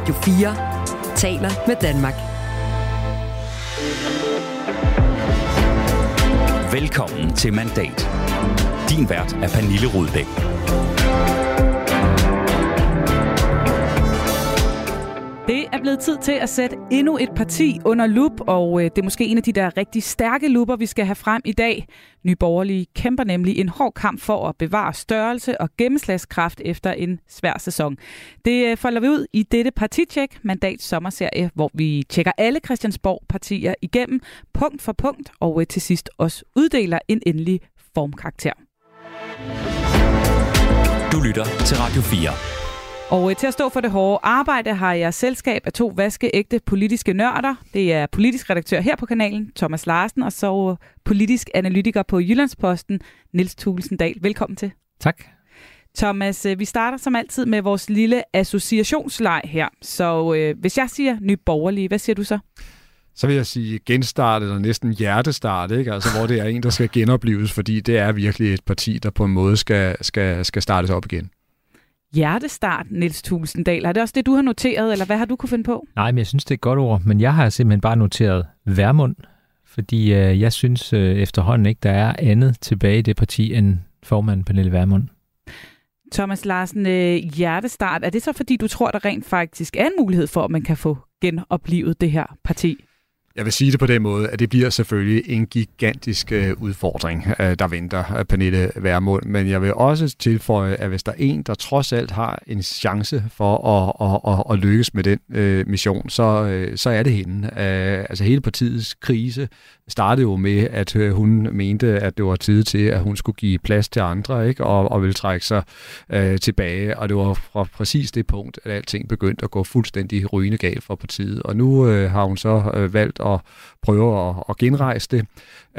Radio 4 taler med Danmark. Velkommen til Mandat. Din vært er Pernille Rudbæk. Det er blevet tid til at sætte endnu et parti under lup, og det er måske en af de der rigtig stærke lupper, vi skal have frem i dag. Nye Borgerlige kæmper nemlig en hård kamp for at bevare størrelse og gennemslagskraft efter en svær sæson. Det folder vi ud i dette partitjek, Mandats sommerserie, hvor vi tjekker alle Christiansborg-partier igennem, punkt for punkt, og til sidst også uddeler en endelig formkarakter. Du lytter til Radio 4. Og til at stå for det hårde arbejde har jeg selskab af to vaskeægte politiske nørder. Det er politisk redaktør her på kanalen, Thomas Larsen, og så politisk analytiker på Jyllandsposten, Niels Thulesen Dahl. Velkommen til. Tak. Thomas, vi starter som altid med vores lille associationsleg her. Så hvis jeg siger Nye Borgerlige, hvad siger du så? Så vil jeg sige genstart eller næsten hjertestart, ikke? Altså, hvor det er en, der skal genoplives, fordi det er virkelig et parti, der på en måde skal startes op igen. Hjertestart, Niels Thulesen Dahl. Er det også det, du har noteret, eller hvad har du kunne finde på? Nej, men jeg synes, det er et godt ord, men jeg har simpelthen bare noteret Værmund, fordi jeg synes efterhånden ikke, der er andet tilbage i det parti end formanden Pernille Vermund. Thomas Larsen, hjertestart, er det så fordi, du tror, der rent faktisk er en mulighed for, at man kan få genoplivet det her parti? Jeg vil sige det på den måde, at det bliver selvfølgelig en gigantisk udfordring, der venter Pernille Vermund. Men jeg vil også tilføje, at hvis der er en, der trods alt har en chance for at lykkes med den mission, så er det hende. Altså hele partiets krise startede jo med, at hun mente, at det var tid til, at hun skulle give plads til andre, ikke? Og ville trække sig tilbage. Og det var fra præcis det punkt, at alting begyndte at gå fuldstændig rygende galt for partiet. Og nu har hun så valgt at prøve at genrejse det.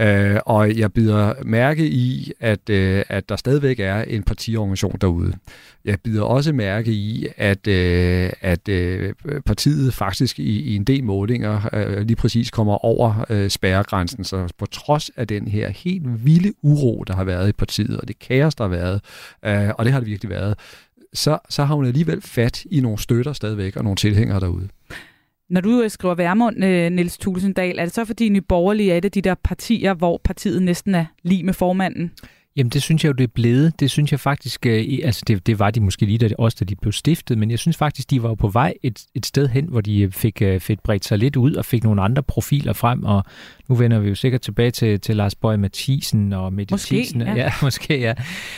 Og jeg bider mærke i, at der stadigvæk er en partiorganisation derude. Jeg bider også mærke i, at partiet faktisk i en del målinger lige præcis kommer over spærregrænsen. Så på trods af den her helt vilde uro, der har været i partiet, og det kaos, der har været, og det har det virkelig været, så har hun alligevel fat i nogle støtter stadigvæk, og nogle tilhængere derude. Når du skriver Vermund, Niels Thulesen Dahl, er det så fordi Nye Borgerlige er et af de der partier, hvor partiet næsten er lig med formanden? Jamen det synes jeg jo, det er blevet. Det synes jeg faktisk, altså det var de måske lige da de blev stiftet, men jeg synes faktisk, de var jo på vej et sted hen, hvor de fik bredt sig lidt ud og fik nogle andre profiler frem, og nu vender vi jo sikkert tilbage til Lars Boje Mathiesen og Mette Thiesen. Ja, måske,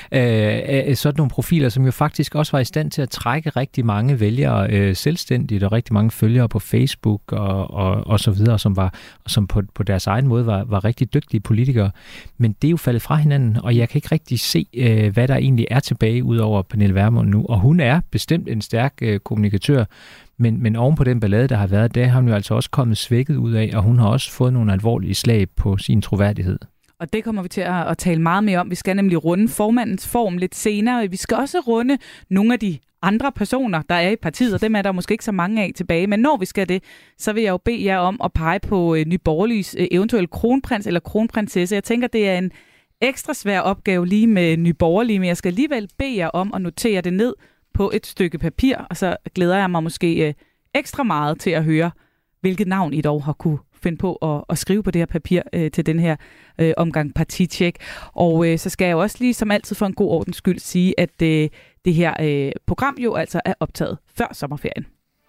ja. Sådan nogle profiler, som jo faktisk også var i stand til at trække rigtig mange vælgere selvstændigt, og rigtig mange følgere på Facebook og så videre, som på deres egen måde var rigtig dygtige politikere. Men det er jo faldet fra hinanden, og jeg kan ikke rigtig se, hvad der egentlig er tilbage ud over Pernille Vermund nu. Og hun er bestemt en stærk kommunikatør, men oven på den ballade, der har været, der har hun jo altså også kommet svækket ud af, og hun har også fået nogle alvorlige slag på sin troværdighed. Og det kommer vi til at tale meget mere om. Vi skal nemlig runde formandens form lidt senere. Vi skal også runde nogle af de andre personer, der er i partiet, og dem er der måske ikke så mange af tilbage. Men når vi skal det, så vil jeg jo bede jer om at pege på Nye Borgerliges eventuelle kronprins eller kronprinsesse. Jeg tænker, det er en ekstra svær opgave lige med Nye Borgerlige, men jeg skal alligevel bede jer om at notere det ned på et stykke papir, og så glæder jeg mig måske ekstra meget til at høre, hvilket navn I dog har kunne finde på at skrive på det her papir til den her omgang partitjek. Og så skal jeg jo også lige som altid for en god ordens skyld sige, at det her program jo altså er optaget før sommerferien.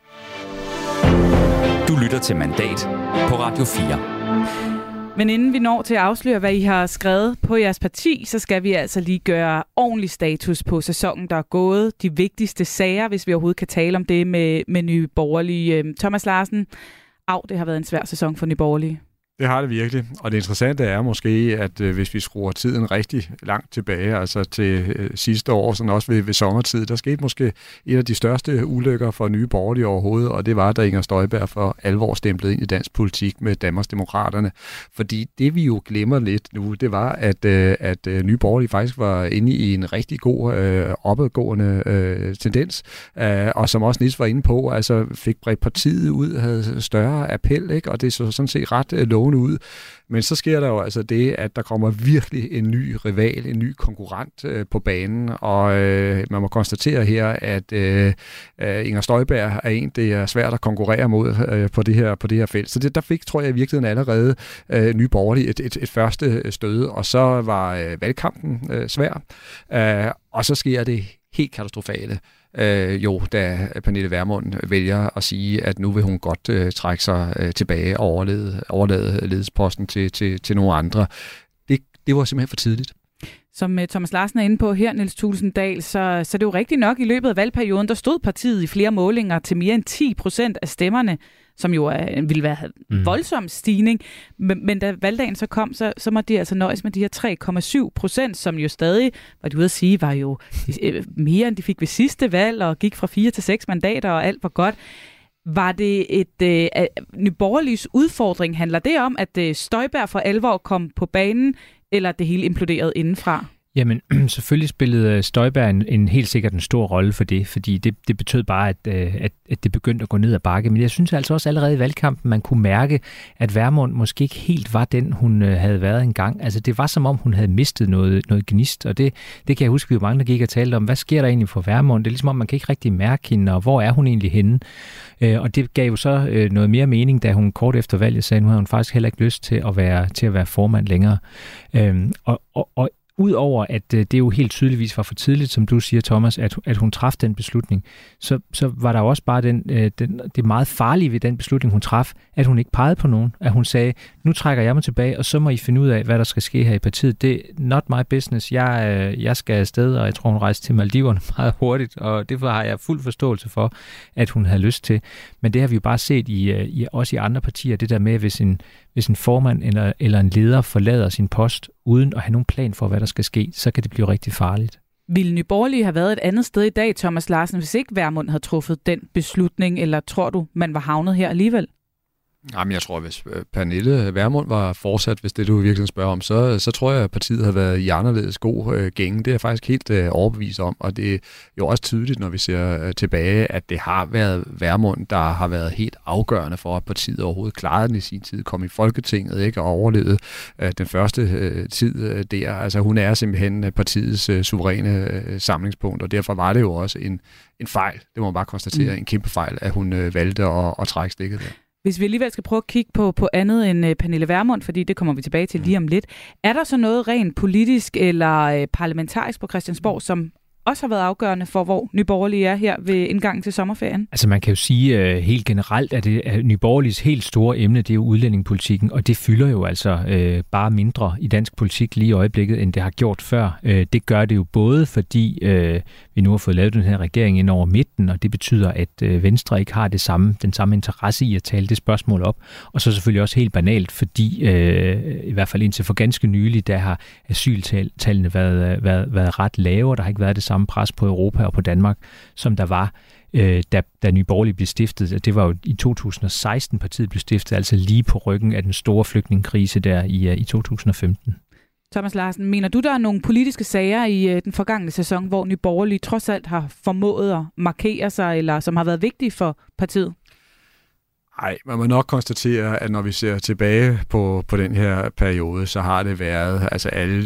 Du lytter til Mandat på Radio 4. Men inden vi når til at afsløre, hvad I har skrevet på jeres parti, så skal vi altså lige gøre ordentlig status på sæsonen, der er gået. De vigtigste sager, hvis vi overhovedet kan tale om det med Nye Borgerlige. Thomas Larsen, det har været en svær sæson for Nye Borgerlige. Det har det virkelig, og det interessante er måske, at hvis vi skruer tiden rigtig langt tilbage, altså til sidste år, sådan også ved sommertid, der skete måske en af de største ulykker for Nye Borgerlige overhovedet, og det var, da Inger Støjberg for alvor stemplede ind i dansk politik med Danmarksdemokraterne. Fordi det, vi jo glemmer lidt nu, det var, at Nye Borgerlige faktisk var inde i en rigtig god opadgående tendens, og som også Niels var inde på, altså fik bredt partiet ud, havde større appel, ikke? Og det så sådan set ret lovende lovende ud. Men så sker der jo altså det, at der kommer virkelig en ny rival, en ny konkurrent på banen, og man må konstatere her, at Inger Støjberg er en, det er svært at konkurrere mod på det her felt. Så der fik, tror jeg, i virkeligheden allerede Nye Borgerlige et første stød, og så var valgkampen svær, og så sker det helt katastrofale. Da Pernille Vermund vælger at sige, at nu vil hun godt trække sig tilbage og overlade ledelsesposten til nogle andre. Det var simpelthen for tidligt. Som Thomas Larsen er inde på her, Niels Thulesen Dahl, så er det jo rigtigt nok, i løbet af valgperioden, der stod partiet i flere målinger til mere end 10% af stemmerne, som jo ville være en voldsom stigning. Men da valgdagen så kom, så må de altså nøjes med de her 3,7%, som jo stadig, hvad du ude at sige, var jo mere, end de fik ved sidste valg, og gik fra 4 til 6 mandater, og alt var godt. Var det Nye Borgerliges udfordring? Handler det om, at Støjberg for alvor kom på banen, eller det hele imploderede indenfra? Jamen, selvfølgelig spillede Støjberg en helt sikkert en stor rolle for det, fordi det betød bare, at det begyndte at gå ned ad bakke. Men jeg synes altså også allerede i valgkampen, man kunne mærke, at Vermund måske ikke helt var den, hun havde været engang. Altså, det var som om, hun havde mistet noget gnist, og det kan jeg huske, vi jo mange, der gik og talte om, hvad sker der egentlig for Vermund? Det er ligesom om, man kan ikke rigtig mærke hende, og hvor er hun egentlig henne? Og det gav jo så noget mere mening, da hun kort efter valget sagde, at nu havde hun faktisk heller ikke lyst til at være formand længere. Og udover at det jo helt tydeligvis var for tidligt, som du siger, Thomas, at hun traf den beslutning, så var der også bare det meget farlige ved den beslutning, hun traf, at hun ikke pegede på nogen. At hun sagde, nu trækker jeg mig tilbage, og så må I finde ud af, hvad der skal ske her i partiet. Det er not my business. Jeg skal afsted, og jeg tror, hun rejste til Maldiverne meget hurtigt, og derfor har jeg fuld forståelse for, at hun havde lyst til. Men det har vi jo bare set også i andre partier, det der med, hvis en formand eller en leder forlader sin post, uden at have nogen plan for, hvad der skal ske, så kan det blive rigtig farligt. Ville Nye Borgerlige have været et andet sted i dag, Thomas Larsen, hvis ikke Vermund havde truffet den beslutning, eller tror du, man var havnet her alligevel? Jamen, jeg tror, hvis Pernille Vermund var fortsat, hvis det du virkelig spørger om, så tror jeg, at partiet har været i anderledes god gænge. Det er jeg faktisk helt overbevist om, og det er jo også tydeligt, når vi ser tilbage, at det har været Vermund, der har været helt afgørende for, at partiet overhovedet klarede den i sin tid, kom i Folketinget, ikke, og overlevede den første tid der. Altså, hun er simpelthen partiets suveræne samlingspunkt, og derfor var det jo også en fejl, det må man bare konstatere, en kæmpe fejl, at hun valgte at trække stikket der. Hvis vi alligevel skal prøve at kigge på andet end Pernille Vermund, fordi det kommer vi tilbage til lige om lidt, er der så noget rent politisk eller parlamentarisk på Christiansborg, som også har været afgørende for, hvor Nye Borgerlige er her ved indgangen til sommerferien? Altså man kan jo sige helt generelt, at Nye Borgerliges helt store emne, det er jo udlændingepolitikken, og det fylder jo altså bare mindre i dansk politik lige i øjeblikket, end det har gjort før. Det gør det jo både, fordi vi nu har fået lavet den her regering ind over midten, og det betyder, at Venstre ikke har den samme interesse i at tale det spørgsmål op, og så selvfølgelig også helt banalt, fordi i hvert fald indtil for ganske nylig, der har asyltallene været ret lave, og der har ikke været det samme pres på Europa og på Danmark, som der var, da Nye Borgerlige blev stiftet. Det var jo i 2016, partiet blev stiftet, altså lige på ryggen af den store flygtningekrise der i 2015. Thomas Larsen, mener du, der er nogle politiske sager i den forgangne sæson, hvor Nye Borgerlige trods alt har formået at markere sig, eller som har været vigtige for partiet? Nej, man må nok konstatere, at når vi ser tilbage på den her periode, så har det været altså alle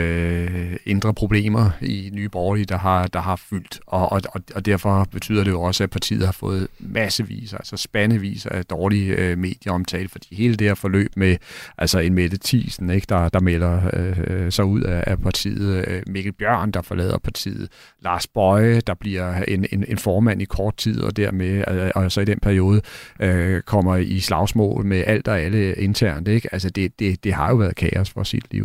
de indre problemer i Nye Borgerlige, der har fyldt. Og derfor betyder det jo også, at partiet har fået massevis, altså spandevis af dårlige medieomtale, fordi hele det her forløb med altså en Mette Thiesen, ikke, der melder sig ud af partiet, Mikkel Bjørn, der forlader partiet, Lars Boje, der bliver en formand i kort tid, og dermed, og så i den periode, kommer i slagsmål med alt og alle internt, ikke? Altså det har jo været kaos for sit liv.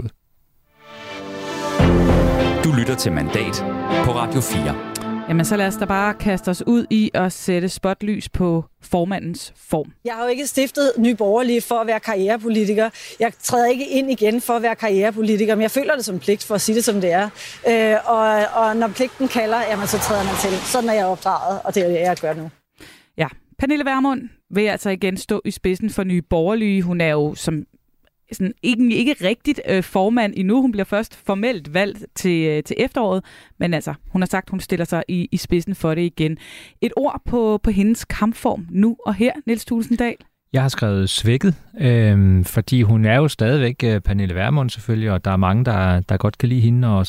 Du lytter til Mandat på Radio 4. Jamen så lad os da bare kaste os ud i at sætte spotlys på formandens form. Jeg har jo ikke stiftet Nye Borgerlige for at være karrierepolitiker. Jeg træder ikke ind igen for at være karrierepolitiker, men jeg føler det som pligt for at sige det, som det er. Og når pligten kalder, jamen, så træder man til. Sådan er jeg opdraget, og det er det, jeg gør nu. Ja, Pernille Vermund vil altså igen stå i spidsen for Nye Borgerlige. Hun er jo som sådan ikke rigtigt formand endnu. Hun bliver først formelt valgt til efteråret, men altså, hun har sagt, hun stiller sig i spidsen for det igen. Et ord på hendes kampform nu og her, Niels Thulesen Dahl? Jeg har skrevet svækket, fordi hun er jo stadigvæk Pernille Vermund selvfølgelig, og der er mange, der godt kan lide hende, og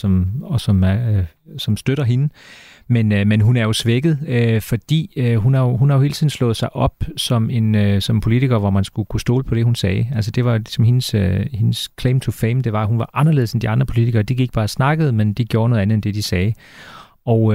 som støtter hende. Men hun er jo svækket, fordi hun har jo hele tiden slået sig op som politiker, hvor man skulle kunne stole på det, hun sagde. Altså det var ligesom hendes claim to fame, det var, at hun var anderledes end de andre politikere. De gik bare og snakkede, men de gjorde noget andet end det, de sagde. Og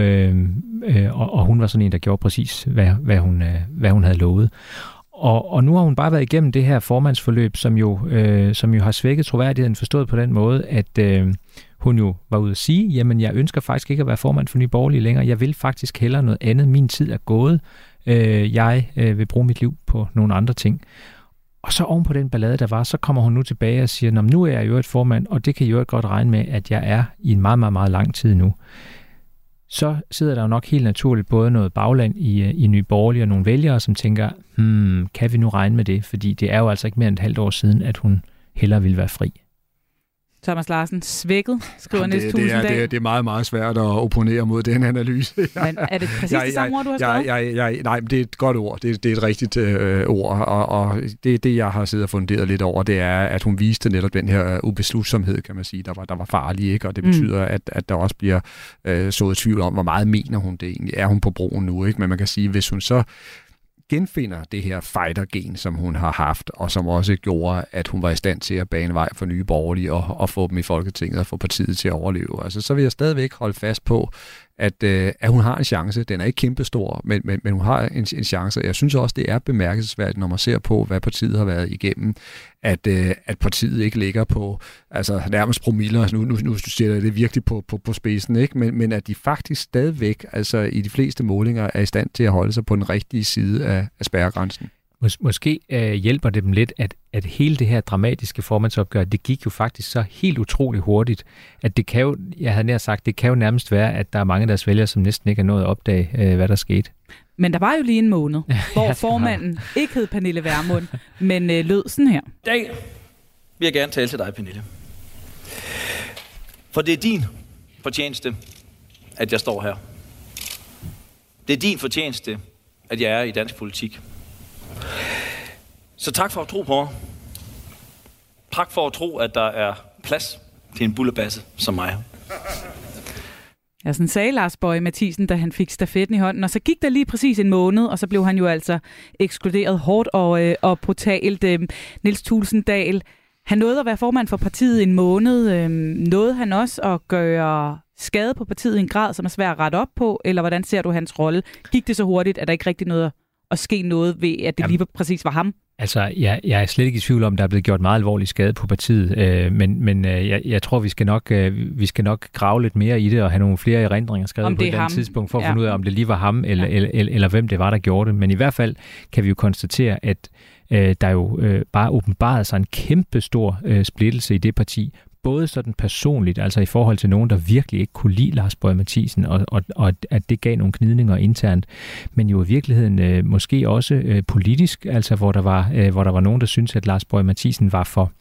hun var sådan en, der gjorde præcis, hvad hun havde lovet. Og nu har hun bare været igennem det her formandsforløb, som jo har svækket troværdigheden, forstået på den måde, at hun jo var ude at sige, jamen jeg ønsker faktisk ikke at være formand for Nye Borgerlige længere. Jeg vil faktisk hellere noget andet. Min tid er gået. Jeg vil bruge mit liv på nogle andre ting. Og så oven på den ballade, der var, så kommer hun nu tilbage og siger, nu er jeg jo et formand, og det kan jo godt regne med, at jeg er i en meget, meget, meget lang tid nu. Så sidder der jo nok helt naturligt både noget bagland i Nye Borgerlige og nogle vælgere, som tænker, kan vi nu regne med det? Fordi det er jo altså ikke mere end et halvt år siden, at hun hellere ville være fri. Thomas Larsen, svækket, skriver Niels Tusinddal. Det er meget, meget svært at opponere mod den analyse. Men er det præcis det samme ord, du har skrevet? Nej, det er et godt ord. Det er et rigtigt ord. Og det, jeg har siddet og funderet lidt over, det er, at hun viste netop den her ubeslutsomhed, kan man sige, der var farlig, ikke? Og det betyder, at der også bliver sået tvivl om, hvor meget mener hun det egentlig. Er hun på broen nu, ikke? Men man kan sige, hvis hun så genfinder det her fighter-gen, som hun har haft, og som også gjorde, at hun var i stand til at bane vej for Nye Borgerlige og få dem i Folketinget og få partiet til at overleve. Altså, så vil jeg stadigvæk holde fast på, at hun har en chance. Den er ikke kæmpestor, men hun har en chance. Jeg synes også, det er bemærkelsesværdigt, når man ser på, hvad partiet har været igennem, at partiet ikke ligger på nærmest promiller. Nu sætter jeg det virkelig på spidsen, ikke? Men at de faktisk stadigvæk, altså i de fleste målinger, er i stand til at holde sig på den rigtige side af spærregrænsen. Måske hjælper det dem lidt, at hele det her dramatiske formandsopgør, det gik jo faktisk så helt utroligt hurtigt, at det kan jo, jeg havde nær sagt, det kan jo nærmest være, at der er mange af deres vælgere, som næsten ikke er nået at opdage, hvad der skete. Men der var jo lige en måned, hvor formanden ikke hed Pernille Vermund, men lød sådan her. I dag vil jeg gerne tale til dig, Pernille. For det er din fortjeneste, at jeg står her. Det er din fortjeneste, at jeg er i dansk politik. Så tak for at tro på mig. Tak for at tro, at der er plads til en bullebasse som mig. Ja, sådan sagde Lars Boje Mathiesen, da han fik stafetten i hånden. Og så gik der lige præcis en måned, og så blev han jo altså ekskluderet hårdt og brutalt. Niels Tusinddal, han nåede at være formand for partiet en måned. Nåede han også at gøre skade på partiet i en grad, som er svær at rette op på? Eller hvordan ser du hans rolle? Gik det så hurtigt, at der ikke rigtig nåede at ske noget ved, at det lige præcis var ham? Altså, jeg er slet ikke i tvivl om, at der er blevet gjort meget alvorlig skade på partiet, men jeg tror, vi skal nok grave lidt mere i det og have nogle flere erindringer skrevet på et eller andet tidspunkt, for at finde ud af, om det lige var ham, eller hvem det var, der gjorde det. Men i hvert fald kan vi jo konstatere, at der jo bare åbenbarede sig en kæmpe stor splittelse i det parti, både sådan personligt, altså i forhold til nogen, der virkelig ikke kunne lide Lars Boje Mathiesen, og at det gav nogle gnidninger internt, men jo i virkeligheden måske også politisk, altså hvor der var nogen, der syntes, at Lars Boje Mathiesen var for...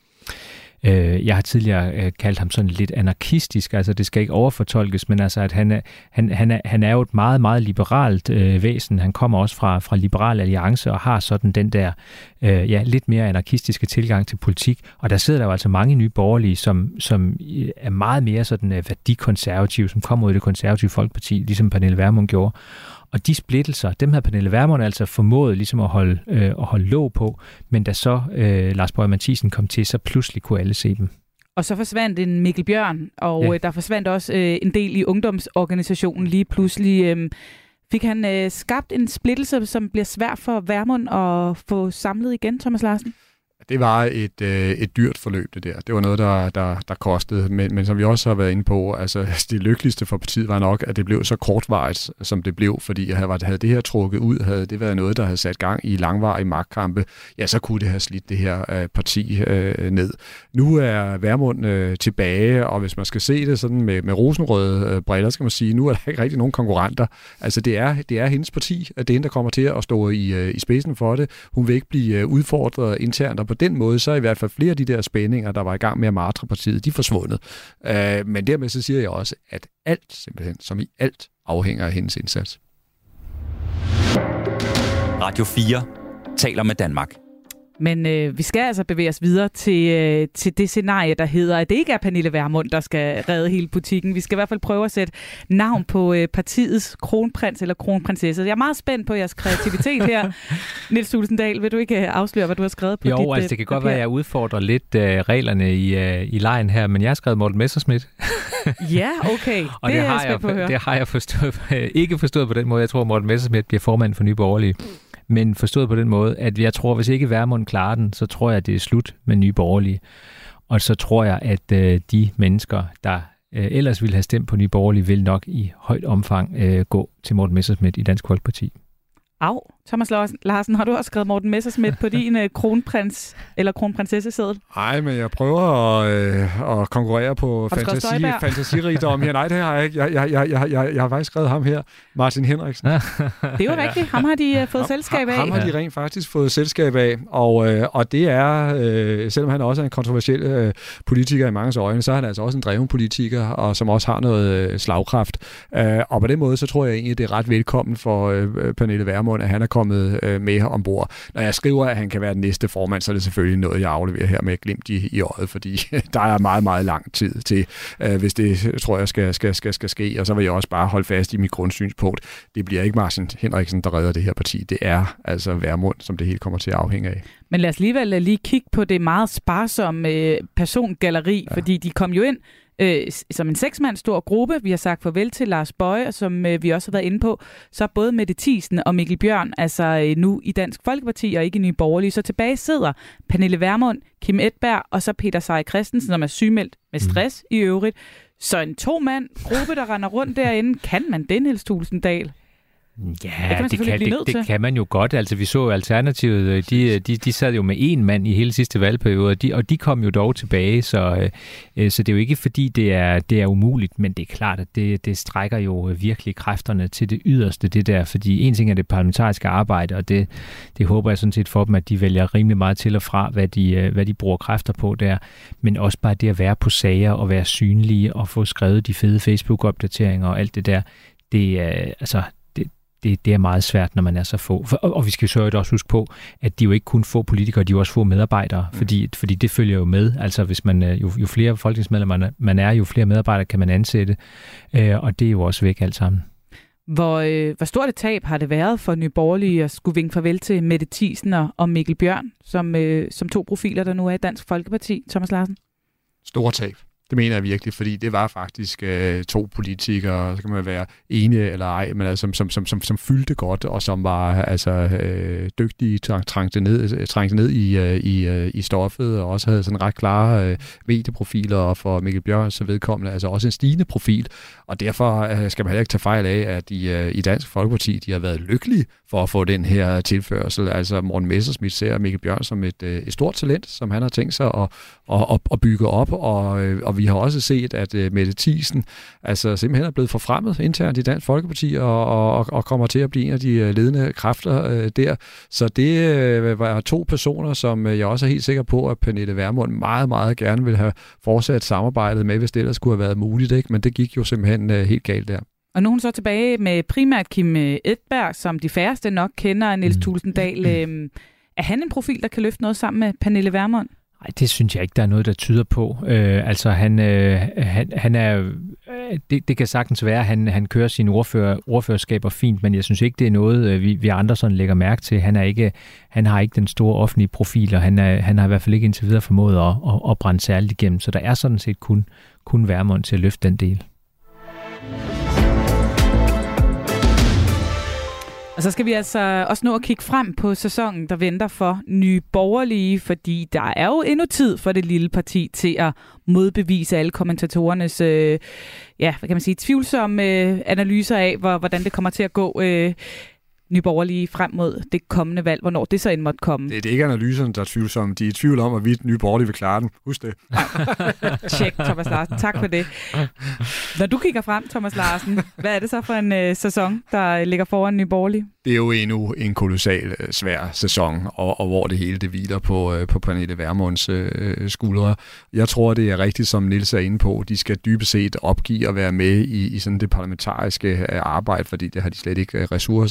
Jeg har tidligere kaldt ham sådan lidt anarkistisk, altså det skal ikke overfortolkes, men altså at han er jo et meget, meget liberalt væsen. Han kommer også fra Liberal Alliance og har sådan den der lidt mere anarkistiske tilgang til politik. Og der sidder der jo altså mange nye borgerlige, som er meget mere sådan værdikonservative, som kommer ud af det konservative Folkeparti, ligesom Pernille Vermund gjorde. Og de splittelser, dem havde Pernille Vermund altså formået ligesom at holde låg på, men da så Lars Boje Mathiesen kom til, så pludselig kunne alle se dem. Og så forsvandt en Mikkel Bjørn, og der forsvandt også en del i ungdomsorganisationen lige pludselig. Fik han skabt en splittelse, som bliver svær for Vermund at få samlet igen, Thomas Larsen? Det var et dyrt forløb, det der. Det var noget, der kostede, men som vi også har været inde på, altså det lykkeligste for partiet var nok, at det blev så kortvarigt, som det blev, fordi havde det her trukket ud, havde det været noget, der havde sat gang i langvarige magtkampe, ja, så kunne det have slidt det her parti ned. Nu er Vermund tilbage, og hvis man skal se det sådan med rosenrøde briller, skal man sige, nu er der ikke rigtig nogen konkurrenter. Altså det er hendes parti, at det er hende, der kommer til at stå i spidsen for det. Hun vil ikke blive udfordret internt, og på den måde, så er i hvert fald flere af de der spændinger, der var i gang med at martre partiet, de er forsvundet. Men dermed så siger jeg også, at alt simpelthen, som i alt, afhænger af hendes indsats. Radio 4 taler med Danmark. Men vi skal altså bevæge os videre til det scenarie, der hedder, at det ikke er Pernille Vermund, der skal redde hele butikken. Vi skal i hvert fald prøve at sætte navn på partiets kronprins eller kronprinsesse. Jeg er meget spændt på jeres kreativitet her. Niels Thulesen-Dahl, vil du ikke afsløre, hvad du har skrevet på dit Jo, altså det kan godt være, at jeg udfordrer lidt reglerne i lejen her, men jeg har skrevet Morten Messerschmidt. Ja, okay. Og det har jeg ikke forstået på den måde. Jeg tror, Morten Messerschmidt bliver formand for Nye Borgerlige. Men forstået på den måde, at jeg tror, hvis ikke Vermund klarer den, så tror jeg, at det er slut med Nye Borgerlige. Og så tror jeg, at de mennesker, der ellers ville have stemt på Nye Borgerlige, vil nok i højt omfang gå til Morten Messerschmidt i Dansk Folkeparti. Thomas Larsen, har du også skrevet Morten Messerschmidt på din kronprins eller kronprinsesseseddel? Nej, men jeg prøver at konkurrere på fantasirigdom her. Nej, det har jeg ikke. Jeg har faktisk skrevet ham her, Martin Henriksen. Det er jo rigtigt. Ham har de fået selskab af. Ham har de rent faktisk fået selskab af. Og det er, selvom han også er en kontroversiel politiker i manges øjne, så er han altså også en dreven politiker, og som også har noget slagkraft. Og på den måde, så tror jeg egentlig, det er ret velkommen for Pernille Vermund, at han er kommet med ombord. Når jeg skriver, at han kan være den næste formand, så er det selvfølgelig noget, jeg afleverer her med glimt i øjet, fordi der er meget, meget lang tid til, hvis det, tror jeg, skal ske. Og så vil jeg også bare holde fast i mit grundsynspunkt. Det bliver ikke Martin Henriksen, der redder det her parti. Det er altså Vermund, som det hele kommer til at afhænge af. Men lad os alligevel lige kigge på det meget sparsomme persongalleri, fordi de kom jo ind som en 6-mand stor gruppe. Vi har sagt farvel til Lars Boje, som vi også har været inde på. Så både Mette Thiesen og Mikkel Bjørn, altså nu i Dansk Folkeparti og ikke i Nye Borgerlige. Så tilbage sidder Pernille Vermund, Kim Edberg og så Peter Seier Christensen, som er sygemeldt med stress i øvrigt. Så en 2-mand gruppe, der render rundt derinde. Kan man det, Niels Thulesen-Dahl? Ja, det kan man jo godt. Altså, vi så jo Alternativet, de sad jo med én mand i hele sidste valgperiode, og de kom jo dog tilbage, så det er jo ikke fordi, det er umuligt, men det er klart, at det strækker jo virkelig kræfterne til det yderste, det der, fordi en ting er det parlamentariske arbejde, og det håber jeg sådan set for dem, at de vælger rimelig meget til og fra, hvad de bruger kræfter på der, men også bare det at være på sager og være synlige og få skrevet de fede Facebook-opdateringer og alt det der, det er altså det er meget svært, når man er så få. Og vi skal jo så også huske på, at de jo ikke kun få politikere, de er jo også få medarbejdere, fordi det følger jo med. Altså hvis man jo flere folketingsmedlemmer man er, jo flere medarbejdere kan man ansætte, og det er jo også væk alt sammen. Hvor stort et tab har det været for Nye Borgerlige at skulle vinke farvel til Mette Thiesen og Mikkel Bjørn, som 2 profiler, der nu er i Dansk Folkeparti? Thomas Larsen? Stort tab. Det mener jeg virkelig, fordi det var faktisk 2 politikere, så kan man være enige eller ej, men altså, som fyldte godt, og som var altså dygtige, trængte ned i stoffet, og også havde sådan ret klare medieprofiler, og for Mikkel Bjørn så vedkommende altså også en stigende profil, og derfor skal man heller ikke tage fejl af, at i Dansk Folkeparti, de har været lykkelige for at få den her tilførsel. Altså Morten Messerschmidt ser Mikkel Bjørn som et stort talent, som han har tænkt sig at bygge op, og vi har også set, at Mette Thiesen altså simpelthen er blevet forfremmet internt i Dansk Folkeparti og kommer til at blive en af de ledende kræfter der. Så det var 2 personer, som jeg også er helt sikker på, at Pernille Vermund meget, meget gerne vil have fortsat samarbejdet med, hvis det ellers skulle have været muligt, ikke? Men det gik jo simpelthen helt galt der. Og nu er hun så tilbage med primært Kim Edberg, som de færreste nok kender, Niels Thulesen-Dahl. Er han en profil, der kan løfte noget sammen med Pernille Vermund? Nej, det synes jeg ikke, der er noget, der tyder på. Altså han er, det kan sagtens være, han kører sine ordførerskaber fint, men jeg synes ikke, det er noget, vi andre sådan lægger mærke til. Han har ikke den store offentlige profil, og han har i hvert fald ikke indtil videre formået at brænde særligt igennem, så der er sådan set kun Vermund til at løfte den del. Og så skal vi altså også nå at kigge frem på sæsonen, der venter for Nye Borgerlige, fordi der er jo endnu tid for det lille parti til at modbevise alle kommentatorernes tvivlsomme analyser af, hvordan det kommer til at gå Nye Borgerlige frem mod det kommende valg, hvornår det så end måtte komme. Det er ikke analyserne, der er tvivlsomme. De er i tvivl om, at vi Nye Borgerlige vil klare den. Husk det. Tjek, Thomas Larsen. Tak for det. Når du kigger frem, Thomas Larsen, hvad er det så for en sæson, der ligger foran Nye Borgerlige? Det er jo endnu en kolossal svær sæson, og hvor det hele det hviler på Pernille Vermunds skuldre. Jeg tror, det er rigtigt, som Niels er inde på. De skal dybest set opgive at være med i sådan det parlamentariske arbejde, fordi det har de slet ikke ressourcer til.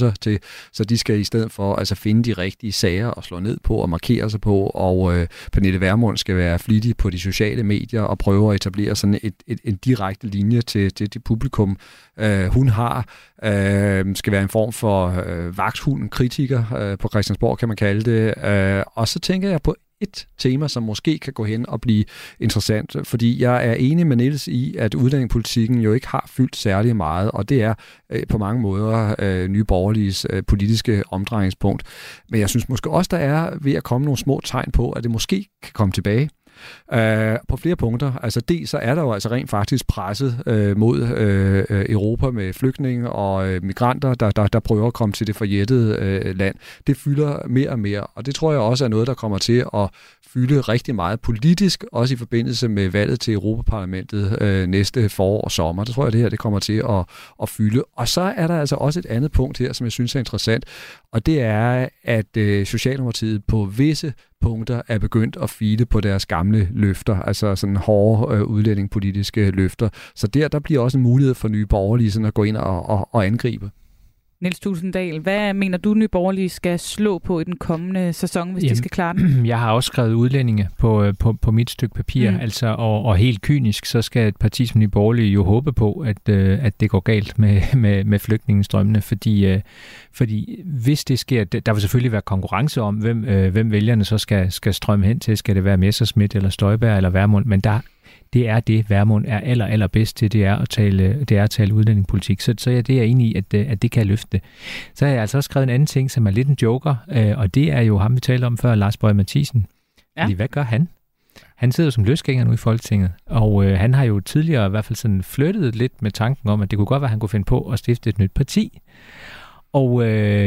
Så de skal i stedet for altså finde de rigtige sager og slå ned på og markere sig på, og Pernille Vermund skal være flittig på de sociale medier og prøve at etablere sådan en direkte linje til det publikum, hun har. Skal være en form for vagthunden, kritiker på Christiansborg, kan man kalde det. Og så tænker jeg på et tema, som måske kan gå hen og blive interessant, fordi jeg er enig med Niels i, at udlændingepolitikken jo ikke har fyldt særlig meget, og det er på mange måder Nye Borgerliges politiske omdrejningspunkt. Men jeg synes måske også, der er ved at komme nogle små tegn på, at det måske kan komme tilbage. På flere punkter. Altså dels så er der jo altså rent faktisk presset mod Europa med flygtninge og migranter, der prøver at komme til det forjættede land. Det fylder mere og mere, og det tror jeg også er noget, der kommer til at fylde rigtig meget politisk, også i forbindelse med valget til Europaparlamentet næste forår og sommer. Det tror jeg, det her det kommer til at fylde. Og så er der altså også et andet punkt her, som jeg synes er interessant, og det er, at Socialdemokratiet på visse punkter er begyndt at file på deres gamle løfter, altså sådan hårde udlændingepolitiske løfter. Så der bliver også en mulighed for Nye Borgerlige sådan at gå ind og angribe. Niels Tulsendal, hvad mener du, Nye Borgerlige skal slå på i den kommende sæson, hvis de skal klare den? Jeg har også skrevet udlændinge på mit stykke papir, altså, og helt kynisk, så skal et parti som Nye Borgerlige jo håbe på, at det går galt med flygtningestrømmene, fordi hvis det sker, der vil selvfølgelig være konkurrence om, hvem vælgerne så skal strømme hen til. Skal det være Messerschmidt eller Støjberg eller Vermund, men det er det, Vermund er allerbedst til, det er at tale udlændingepolitik. Så det er jeg enig i, at det kan løfte. Så har jeg altså også skrevet en anden ting, som er lidt en joker, og det er jo ham, vi talte om før, Lars Boje Mathiesen. Ja. Fordi hvad gør han? Han sidder som løsgænger nu i Folketinget, og han har jo tidligere i hvert fald sådan flyttet lidt med tanken om, at det kunne godt være, at han kunne finde på at stifte et nyt parti. Og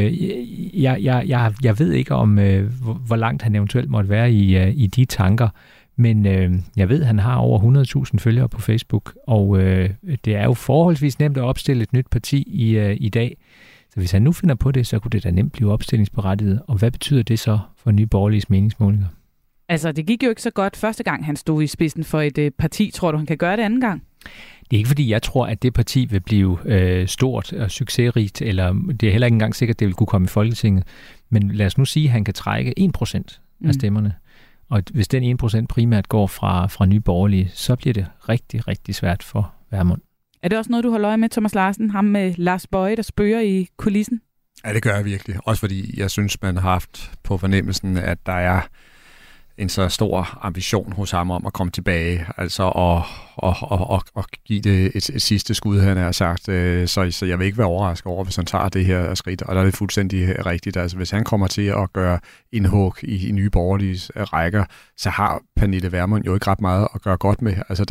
jeg ved ikke om, hvor langt han eventuelt måtte være i de tanker, men jeg ved, at han har over 100.000 følgere på Facebook, og det er jo forholdsvis nemt at opstille et nyt parti i dag. Så hvis han nu finder på det, så kunne det da nemt blive opstillingsberettiget. Og hvad betyder det så for Nye Borgerliges meningsmålinger? Altså, det gik jo ikke så godt første gang, han stod i spidsen for et parti. Tror du, han kan gøre det anden gang? Det er ikke, fordi jeg tror, at det parti vil blive stort og succesrigt, eller det er heller ikke engang sikkert, at det vil kunne komme i Folketinget. Men lad os nu sige, at han kan trække 1% af stemmerne. Og hvis den 1% primært går fra Nye Borgerlige, så bliver det rigtig, rigtig svært for Vermund. Er det også noget, du holder øje med, Thomas Larsen? Ham med Lars Boje, der spørger i kulissen? Ja, det gør jeg virkelig. Også fordi jeg synes, man har haft på fornemmelsen, at der er en så stor ambition hos ham om at komme tilbage, altså og give det et sidste skud, han har sagt. Så jeg vil ikke være overrasket over, hvis han tager det her skridt, og der er det fuldstændig rigtigt. Altså hvis han kommer til at gøre indhug i Nye Borgerliges rækker, så har Pernille Vermund jo ikke ret meget at gøre godt med. Altså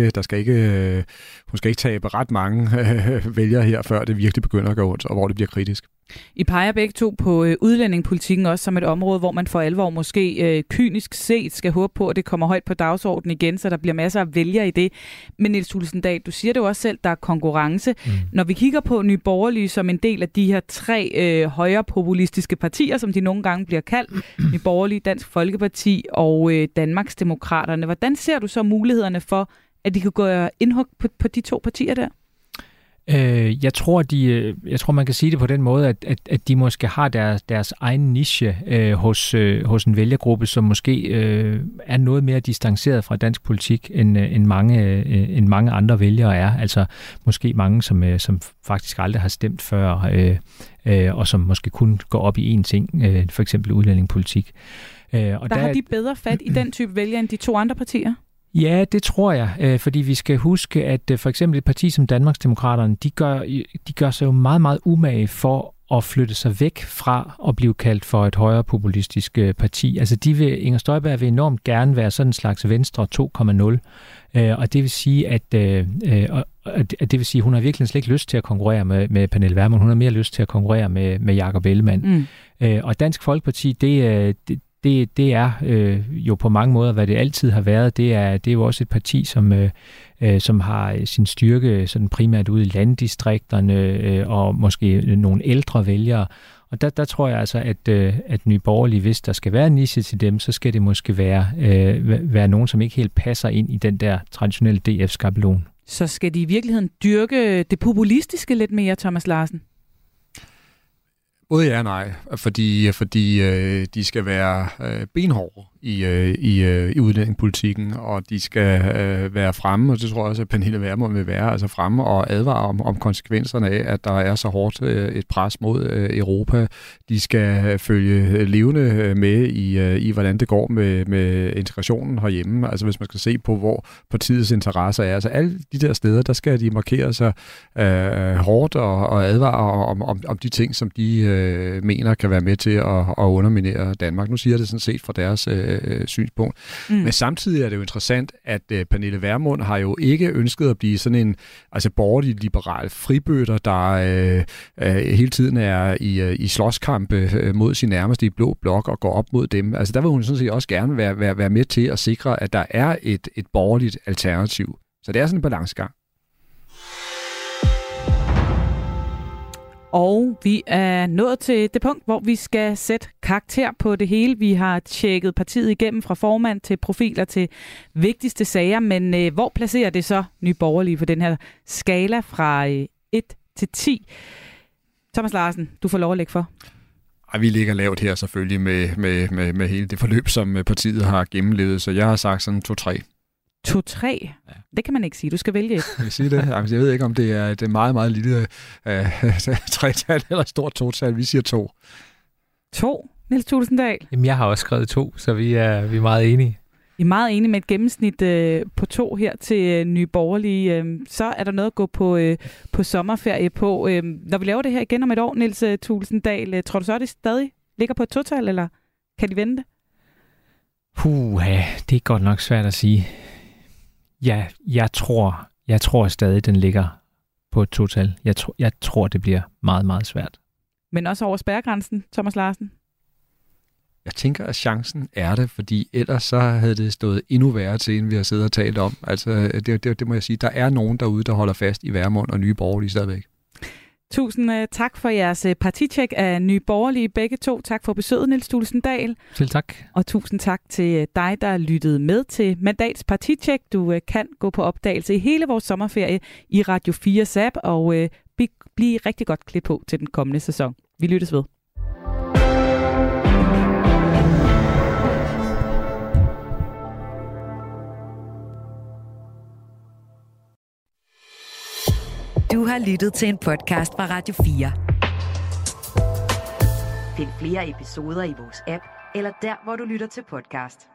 hun skal ikke tabe ret mange vælgere her, før det virkelig begynder at gå ondt, og hvor det bliver kritisk. I peger begge to på udlændingepolitikken også som et område, hvor man for alvor måske kynisk set skal håbe på, at det kommer højt på dagsordenen igen, så der bliver masser af vælgere i det. Men Niels Tulsendal, du siger det jo også selv, der er konkurrence. Når vi kigger på Nye Borgerlige som en del af de her 3 højrepopulistiske partier, som de nogle gange bliver kaldt, Nye Borgerlige, Dansk Folkeparti og Danmarksdemokraterne, hvordan ser du så mulighederne for, at de kan gå indhug på de 2 partier der? Jeg tror, man kan sige det på den måde, at de måske har deres egen niche hos en vælgergruppe, som måske er noget mere distanceret fra dansk politik, end mange andre vælgere er. Altså måske mange, som faktisk aldrig har stemt før, og som måske kun går op i én ting, for eksempel udlændingepolitik. Og der har de bedre fat i den type vælgere end de 2 andre partier? Ja, det tror jeg, fordi vi skal huske, at for eksempel et parti som Danmarksdemokraterne, de gør sig jo meget, meget umage for at flytte sig væk fra at blive kaldt for et højrepopulistisk parti. Altså Inger Støjberg vil enormt gerne være sådan en slags Venstre 2.0, og det vil sige, at hun har virkelig slet ikke lyst til at konkurrere med Pernille Vermund. Hun har mere lyst til at konkurrere med Jakob Ellemann. Og Dansk Folkeparti, det er jo på mange måder, hvad det altid har været. Det er jo også et parti, som har sin styrke sådan primært ude i landdistrikterne og måske nogle ældre vælgere. Og der tror jeg altså, at Nye Borgerlige, hvis der skal være en niche til dem, så skal det måske være nogen, som ikke helt passer ind i den der traditionelle DF-skabelon. Så skal de i virkeligheden dyrke det populistiske lidt mere, Thomas Larsen? Både ja og nej, fordi de skal være benhårde i udlændingepolitikken, og de skal være fremme, og det tror jeg også, at Pernille Vermund vil være, altså fremme og advare om konsekvenserne af, at der er så hårdt et pres mod Europa. De skal følge levende med i hvordan det går med integrationen herhjemme. Altså hvis man skal se på, hvor partiets interesser er. Altså alle de der steder, der skal de markere sig hårdt og advare om de ting, som de mener kan være med til at underminere Danmark. Nu siger det sådan set fra deres synspunkt. Men samtidig er det jo interessant, at Pernille Vermund har jo ikke ønsket at blive sådan en borgerlig liberal fribøtter, der hele tiden er i slåskampe mod sin nærmeste i blå blok og går op mod dem. Altså der vil hun sådan set også gerne være med til at sikre, at der er et borgerligt alternativ. Så det er sådan en balancegang. Og vi er nået til det punkt, hvor vi skal sætte karakter på det hele. Vi har tjekket partiet igennem fra formand til profiler til vigtigste sager, men hvor placerer det så Nye Borgerlige på den her skala fra 1 til 10? Thomas Larsen, du får lov at lægge for. Vi ligger lavt her selvfølgelig med hele det forløb, som partiet har gennemlevet, så jeg har sagt sådan 2-3. 2-3? Ja. Det kan man ikke sige. Du skal vælge et. Jeg sige det. Jeg ved ikke, om det er et meget, meget lille tretal eller et stort total. Vi siger 2. 2? Niels Thulesen Dahl? Jamen, jeg har også skrevet 2, så vi er meget enige. I er meget enige med et gennemsnit på 2 her til Nye Borgerlige. Så er der noget at gå på sommerferie på. Når vi laver det her igen om et år, Niels Thulesen Dahl, tror du så, at det stadig ligger på et total, eller kan de vende det? Det er godt nok svært at sige. Ja, jeg tror stadig, den ligger på et total. Jeg tror, det bliver meget, meget svært. Men også over spærregrænsen, Thomas Larsen? Jeg tænker, at chancen er det, fordi ellers så havde det stået endnu værre til, end vi har siddet og talt om. Altså, det må jeg sige. Der er nogen derude, der holder fast i Vermund og Nye Borgerlige stadigvæk. Tusind tak for jeres partitjek af Nye Borgerlige, begge to. Tak for besøget, Niels Thulesen Dahl. Selv tak. Og tusind tak til dig, der lyttede med til Mandats partitjek. Du kan gå på opdagelse i hele vores sommerferie i Radio 4's app og blive rigtig godt klædt på til den kommende sæson. Vi lyttes ved. Du har lyttet til en podcast fra Radio 4. Find flere episoder i vores app, eller der, hvor du lytter til podcast.